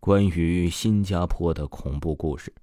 关于新加坡的恐怖故事。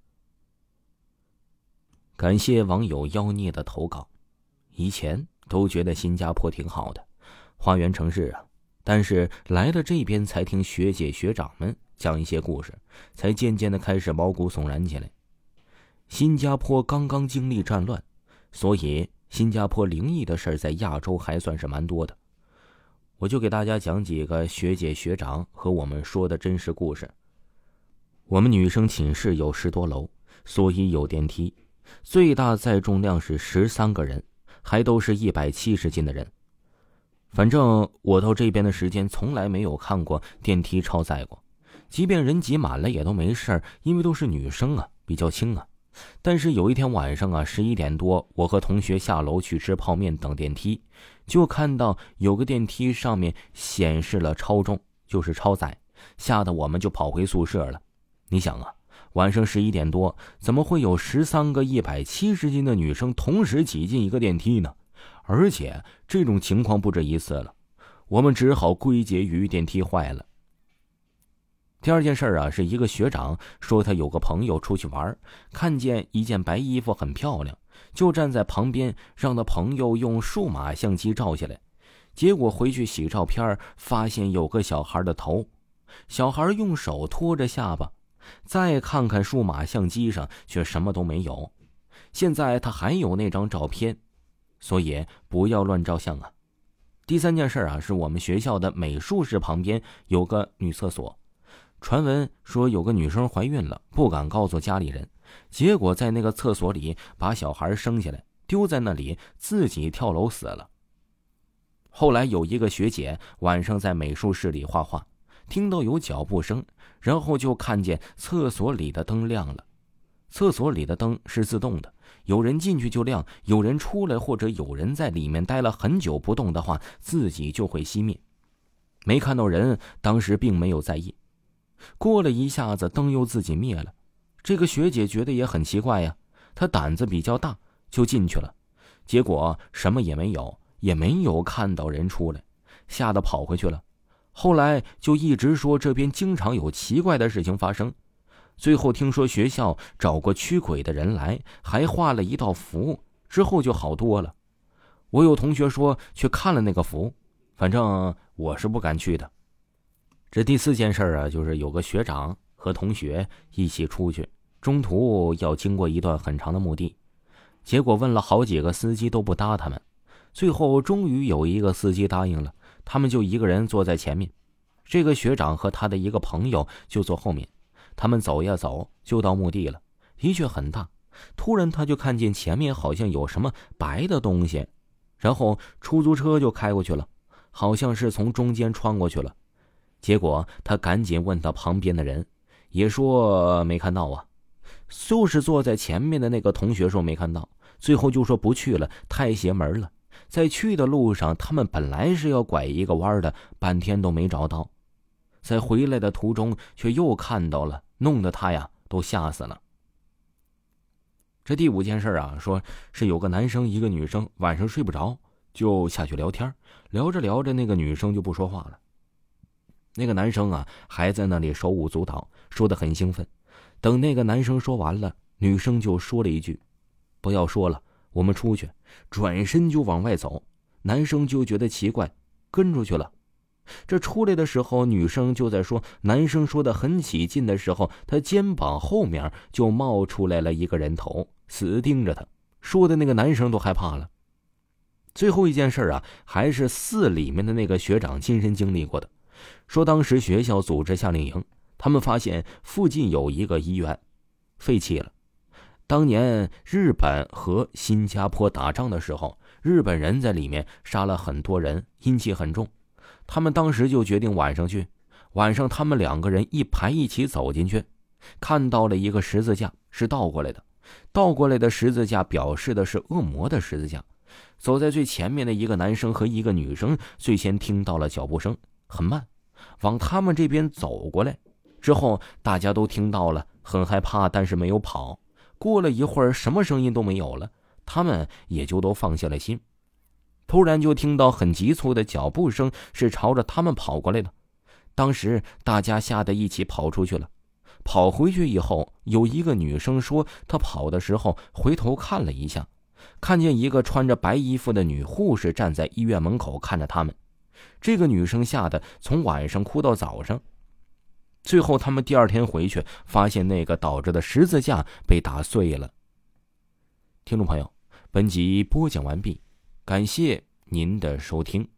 感谢网友妖孽的投稿。以前都觉得新加坡挺好的，花园城市啊，但是来了这边才听学姐学长们讲一些故事，才渐渐的开始毛骨悚然起来。新加坡刚刚经历战乱，所以新加坡灵异的事在亚洲还算是蛮多的。我就给大家讲几个学姐学长和我们说的真实故事。我们女生寝室有10多楼，所以有电梯，最大载重量是13个人，还都是170斤的人。反正我到这边的时间从来没有看过电梯超载过，即便人挤满了也都没事，因为都是女生啊，比较轻啊。但是有一天晚上啊，11点多，我和同学下楼去吃泡面等电梯，就看到有个电梯上面显示了超重，就是超载，吓得我们就跑回宿舍了。你想啊，晚上11点多，怎么会有13个170斤的女生同时挤进一个电梯呢？而且这种情况不止一次了，我们只好归结于电梯坏了。第二件事啊，是一个学长说他有个朋友出去玩，看见一件白衣服很漂亮，就站在旁边让他朋友用数码相机照下来。结果回去洗照片，发现有个小孩的头，小孩用手托着下巴，再看看数码相机上却什么都没有。现在他还有那张照片，所以不要乱照相啊。第三件事啊，是我们学校的美术室旁边有个女厕所，传闻说有个女生怀孕了，不敢告诉家里人，结果在那个厕所里把小孩生下来，丢在那里，自己跳楼死了。后来有一个学姐晚上在美术室里画画，听到有脚步声，然后就看见厕所里的灯亮了。厕所里的灯是自动的，有人进去就亮，有人出来或者有人在里面待了很久不动的话，自己就会熄灭。没看到人，当时并没有在意。过了一下子，灯又自己灭了。这个学姐觉得也很奇怪呀，她胆子比较大，就进去了。结果什么也没有，也没有看到人出来，吓得跑回去了。后来就一直说这边经常有奇怪的事情发生。最后听说学校找过驱鬼的人来，还画了一道符，之后就好多了。我有同学说去看了那个符，反正我是不敢去的。这第4件事啊，就是有个学长和同学一起出去，中途要经过一段很长的墓地，结果问了好几个司机都不搭他们，最后终于有一个司机答应了，他们就一个人坐在前面，这个学长和他的一个朋友就坐后面。他们走呀走，就到墓地了，的确很大。突然他就看见前面好像有什么白的东西，然后出租车就开过去了，好像是从中间穿过去了。结果他赶紧问他旁边的人，也说没看到啊。就是坐在前面的那个同学说没看到，最后就说不去了，太邪门了。在去的路上，他们本来是要拐一个弯的，半天都没找到。在回来的途中却又看到了，弄得他呀都吓死了。这第5件事啊，说是有个男生一个女生晚上睡不着，就下去聊天，聊着聊着那个女生就不说话了。那个男生啊还在那里手舞足蹈，说得很兴奋。等那个男生说完了，女生就说了一句，不要说了，我们出去，转身就往外走。男生就觉得奇怪，跟出去了。这出来的时候，女生就在说，男生说的很起劲的时候，他肩膀后面就冒出来了一个人头，死盯着他，说的那个男生都害怕了。最后一件事啊，还是4里面的那个学长亲身经历过的，说当时学校组织夏令营，他们发现附近有一个医院废弃了。当年日本和新加坡打仗的时候，日本人在里面杀了很多人，阴气很重。他们当时就决定晚上去，晚上他们2个人一排一起走进去，看到了一个十字架，是倒过来的，倒过来的十字架表示的是恶魔的十字架。走在最前面的一个男生和一个女生最先听到了脚步声，很慢，往他们这边走过来。之后大家都听到了，很害怕，但是没有跑。过了一会儿，什么声音都没有了，他们也就都放下了心。突然就听到很急促的脚步声，是朝着他们跑过来的。 当时大家吓得一起跑出去了。跑回去以后，有一个女生说她跑的时候回头看了一下，看见一个穿着白衣服的女护士站在医院门口看着他们。这个女生吓得从晚上哭到早上。最后他们第二天回去，发现那个倒着的十字架被打碎了。听众朋友，本集播讲完毕，感谢您的收听。